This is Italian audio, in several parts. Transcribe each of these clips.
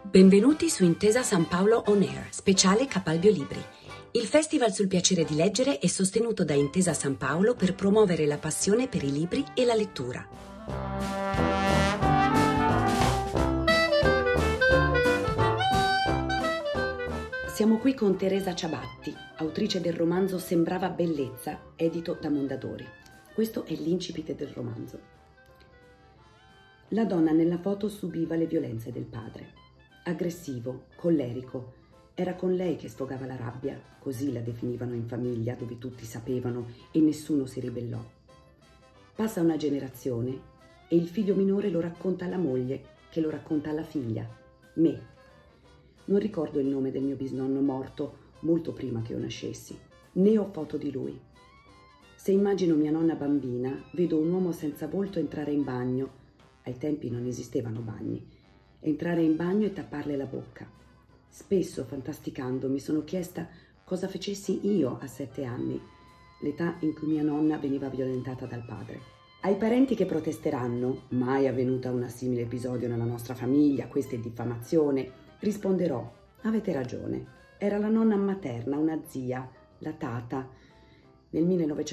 Benvenuti su Intesa San Paolo On Air, speciale Capalbio Libri. Il festival sul piacere di leggere è sostenuto da Intesa San Paolo per promuovere la passione per i libri e la lettura. Siamo qui con Teresa Ciabatti, autrice del romanzo Sembrava bellezza, edito da Mondadori. Questo è l'incipit del romanzo. La donna nella foto subiva le violenze del padre. Aggressivo, collerico. Era con lei che sfogava la rabbia, così la definivano in famiglia dove tutti sapevano e nessuno si ribellò. Passa una generazione e il figlio minore lo racconta alla moglie, che lo racconta alla figlia, me. Non ricordo il nome del mio bisnonno morto molto prima che io nascessi, né ho foto di lui. Se immagino mia nonna bambina, vedo un uomo senza volto entrare in bagno. Ai tempi non esistevano bagni. Entrare in bagno e tapparle la bocca. Spesso, fantasticando, mi sono chiesta cosa facessi io a 7 anni, l'età in cui mia nonna veniva violentata dal padre. Ai parenti che protesteranno, mai avvenuta una simile episodio nella nostra famiglia, questa è diffamazione, risponderò, avete ragione, era la nonna materna, una zia, la tata. Nel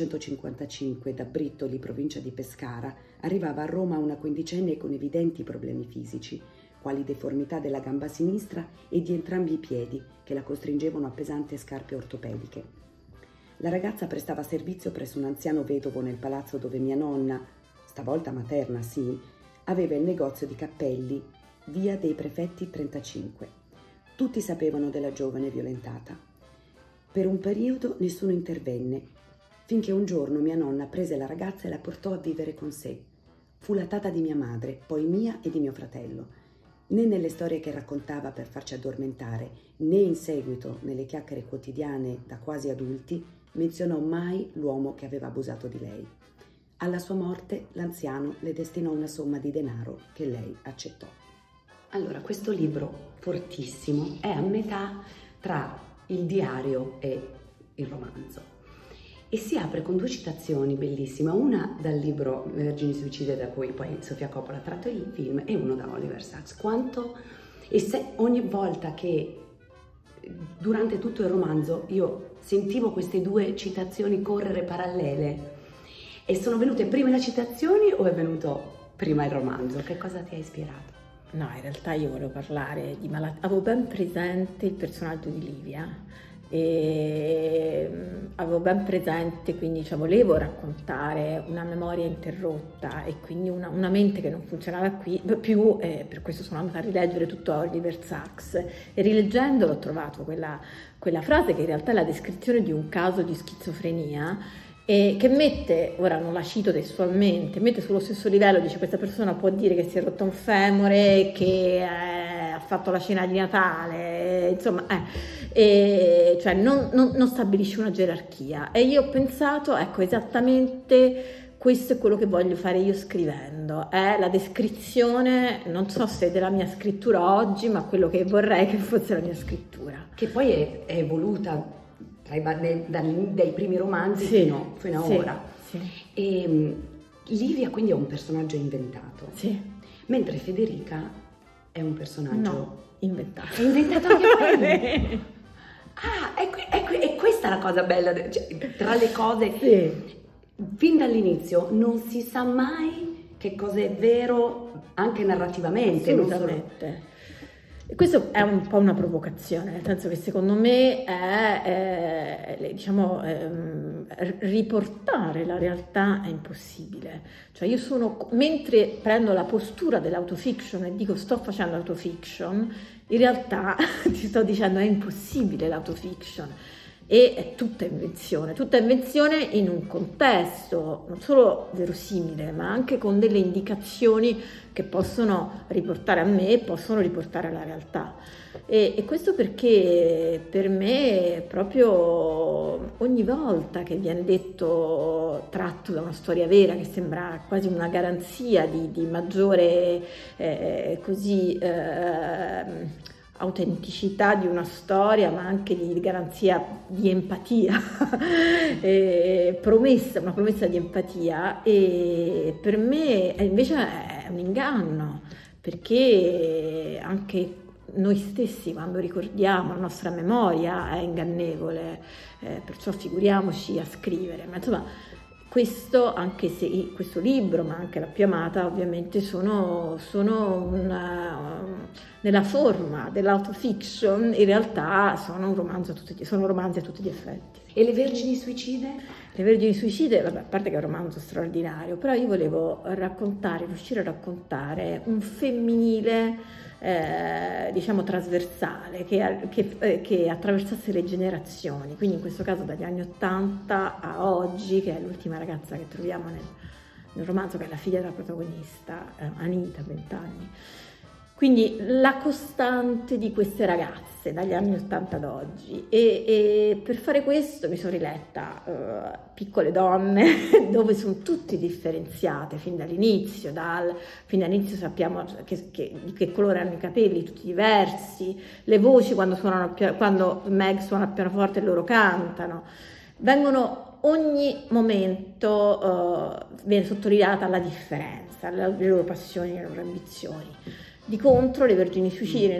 1955 da Brittoli, provincia di Pescara, arrivava a Roma una quindicenne con evidenti problemi fisici, quali deformità della gamba sinistra e di entrambi i piedi, che la costringevano a pesanti scarpe ortopediche. La ragazza prestava servizio presso un anziano vedovo nel palazzo dove mia nonna, stavolta materna sì, aveva il negozio di cappelli, via dei Prefetti 35. Tutti sapevano della giovane violentata. Per un periodo nessuno intervenne, finché un giorno mia nonna prese la ragazza e la portò a vivere con sé. Fu la tata di mia madre, poi mia e di mio fratello. Né nelle storie che raccontava per farci addormentare, né in seguito nelle chiacchiere quotidiane da quasi adulti, menzionò mai l'uomo che aveva abusato di lei. Alla sua morte l'anziano le destinò una somma di denaro che lei accettò. Allora, questo libro fortissimo è a metà tra il diario e il romanzo. E si apre con 2 citazioni bellissime, una dal libro Vergini suicide da cui poi Sofia Coppola ha tratto il film e uno da Oliver Sacks. Ogni volta che durante tutto il romanzo io sentivo queste 2 citazioni correre parallele e sono venute prima le citazioni o è venuto prima il romanzo? Che cosa ti ha ispirato? No, in realtà io volevo parlare di malattia, avevo ben presente il personaggio di Livia e avevo ben presente, quindi volevo raccontare una memoria interrotta e quindi una mente che non funzionava più, per questo sono andata a rileggere tutto Oliver Sacks e rileggendolo ho trovato quella frase che in realtà è la descrizione di un caso di schizofrenia e che mette, ora non la cito testualmente, mette sullo stesso livello, dice questa persona può dire che si è rotto un femore, che ha fatto la cena di Natale, insomma, cioè non stabilisce una gerarchia. E io ho pensato, ecco, esattamente questo è quello che voglio fare io scrivendo, è la descrizione, non so se della mia scrittura oggi, ma quello che vorrei che fosse la mia scrittura. Che poi è evoluta dai primi romanzi fino a ora. Sì. E Livia quindi è un personaggio inventato, sì. Mentre Federica è un personaggio... No, inventato. È inventato anche quello? È questa la cosa bella, cioè, tra le cose... Sì. Fin dall'inizio non si sa mai che cosa è vero anche narrativamente. Assolutamente. Non solo... E questo è un po' una provocazione, nel senso che secondo me è riportare la realtà è impossibile. Cioè mentre prendo la postura dell'autofiction e dico sto facendo autofiction, in realtà ti sto dicendo è impossibile l'autofiction. E è tutta invenzione in un contesto non solo verosimile, ma anche con delle indicazioni che possono riportare a me e possono riportare alla realtà. E questo perché per me proprio ogni volta che viene detto tratto da una storia vera, che sembra quasi una garanzia di maggiore autenticità di una storia, ma anche di garanzia di empatia, una promessa di empatia, e per me invece è un inganno, perché anche noi stessi quando ricordiamo, la nostra memoria è ingannevole, perciò figuriamoci a scrivere. Ma insomma, questo, anche se questo libro, ma anche La più amata, ovviamente sono nella forma dell'autofiction, in realtà sono romanzi a tutti gli effetti. E Le Vergini Suicide? Le Vergini Suicide, vabbè, a parte che è un romanzo straordinario, però io volevo riuscire a raccontare un femminile diciamo trasversale, che attraversasse le generazioni, quindi in questo caso dagli anni 80 a oggi, che è l'ultima ragazza che troviamo nel romanzo, che è la figlia della protagonista, Anita, 20 anni. Quindi la costante di queste ragazze dagli anni 80 ad oggi, e per fare questo mi sono riletta Piccole donne, dove sono tutte differenziate fin dall'inizio. Fin dall'inizio sappiamo di che colore hanno i capelli, tutti diversi, le voci quando Meg suona il pianoforte e loro cantano, ogni momento viene sottolineata la differenza, le loro passioni, le loro ambizioni. Di contro, Le Vergini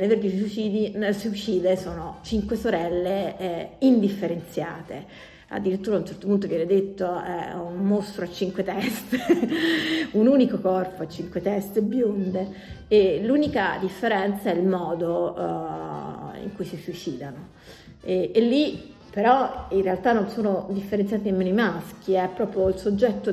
Suicide sono 5 sorelle indifferenziate. Addirittura a un certo punto viene detto è un mostro a 5 teste, un unico corpo a 5 teste bionde, e l'unica differenza è il modo in cui si suicidano. E lì però in realtà non sono differenziati nemmeno i maschi, è proprio il soggetto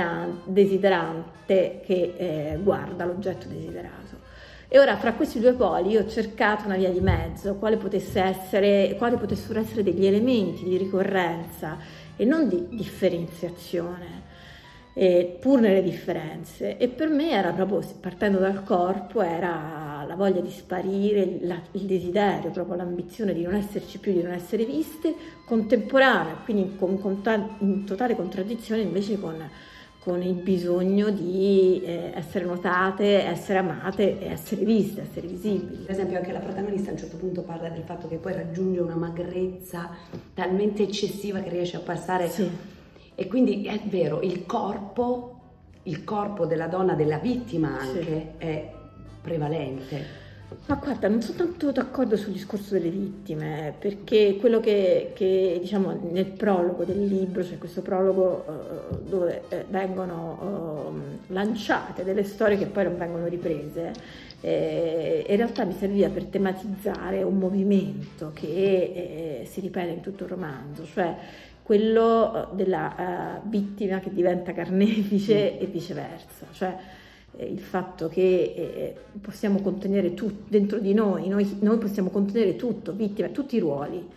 desiderante che guarda l'oggetto desiderato. E ora, fra questi due poli, io ho cercato una via di mezzo, quali potessero essere degli elementi di ricorrenza e non di differenziazione, pur nelle differenze. E per me era proprio, partendo dal corpo, era la voglia di sparire, il desiderio, proprio l'ambizione di non esserci più, di non essere viste, contemporanea, quindi in totale contraddizione invece con il bisogno di essere notate, essere amate e essere viste, essere visibili. Per esempio anche la protagonista a un certo punto parla del fatto che poi raggiunge una magrezza talmente eccessiva che riesce a passare... Sì. E quindi è vero, il corpo della donna, della vittima anche, sì, è prevalente. Ma guarda, non sono tanto d'accordo sul discorso delle vittime, perché quello che diciamo nel prologo del libro, c'è questo prologo dove vengono lanciate delle storie che poi non vengono riprese, in realtà mi serviva per tematizzare un movimento che si ripete in tutto il romanzo, cioè quello della vittima che diventa carnefice e viceversa, cioè il fatto che possiamo contenere tutto dentro di noi possiamo contenere tutto, vittime, tutti i ruoli,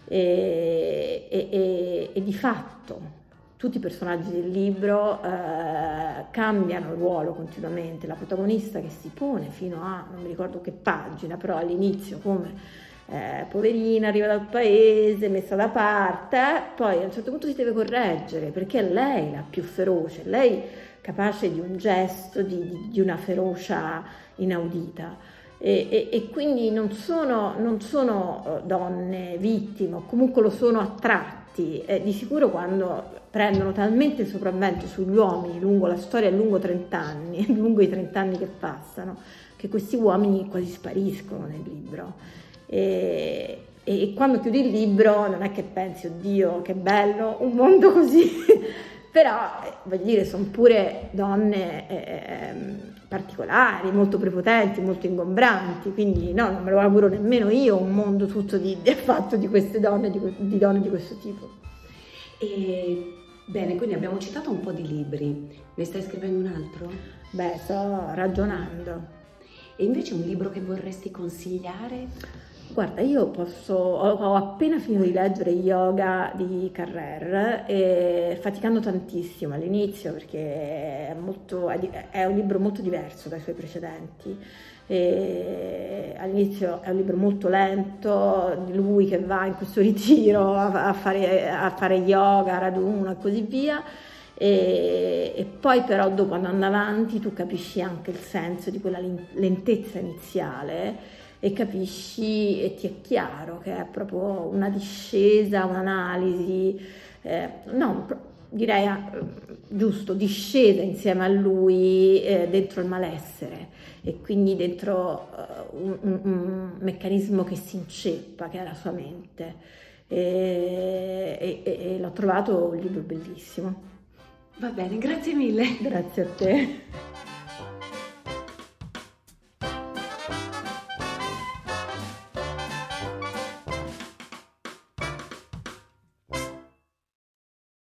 e di fatto tutti i personaggi del libro cambiano ruolo continuamente. La protagonista che si pone fino a, non mi ricordo che pagina, però all'inizio come poverina, arriva dal paese, messa da parte, poi a un certo punto si deve correggere, perché è lei la più feroce, lei capace di un gesto, di una ferocia inaudita, e quindi non sono donne vittime, o comunque lo sono a tratti, di sicuro quando prendono talmente il sopravvento sugli uomini lungo la storia, lungo 30 anni, lungo i 30 anni che passano, che questi uomini quasi spariscono nel libro. E quando chiudi il libro non è che pensi, oddio che bello, un mondo così, però voglio dire, sono pure donne particolari, molto prepotenti, molto ingombranti, quindi no, non me lo auguro nemmeno io un mondo tutto fatto di queste donne, di donne di questo tipo. Bene, quindi abbiamo citato un po' di libri, ne stai scrivendo un altro? Beh, sto ragionando. E invece un libro che vorresti consigliare? Guarda, io ho appena finito di leggere Yoga di Carrère, faticando tantissimo all'inizio perché è un libro molto diverso dai suoi precedenti. All'inizio è un libro molto lento, di lui che va in questo ritiro a fare yoga, raduna e così via. E poi però dopo, andando avanti, tu capisci anche il senso di quella lentezza iniziale, e capisci e ti è chiaro che è proprio una discesa, un'analisi, direi giusto, discesa insieme a lui dentro il malessere e quindi dentro un meccanismo che si inceppa, che è la sua mente. E l'ho trovato un libro bellissimo. Va bene, grazie mille. Grazie a te.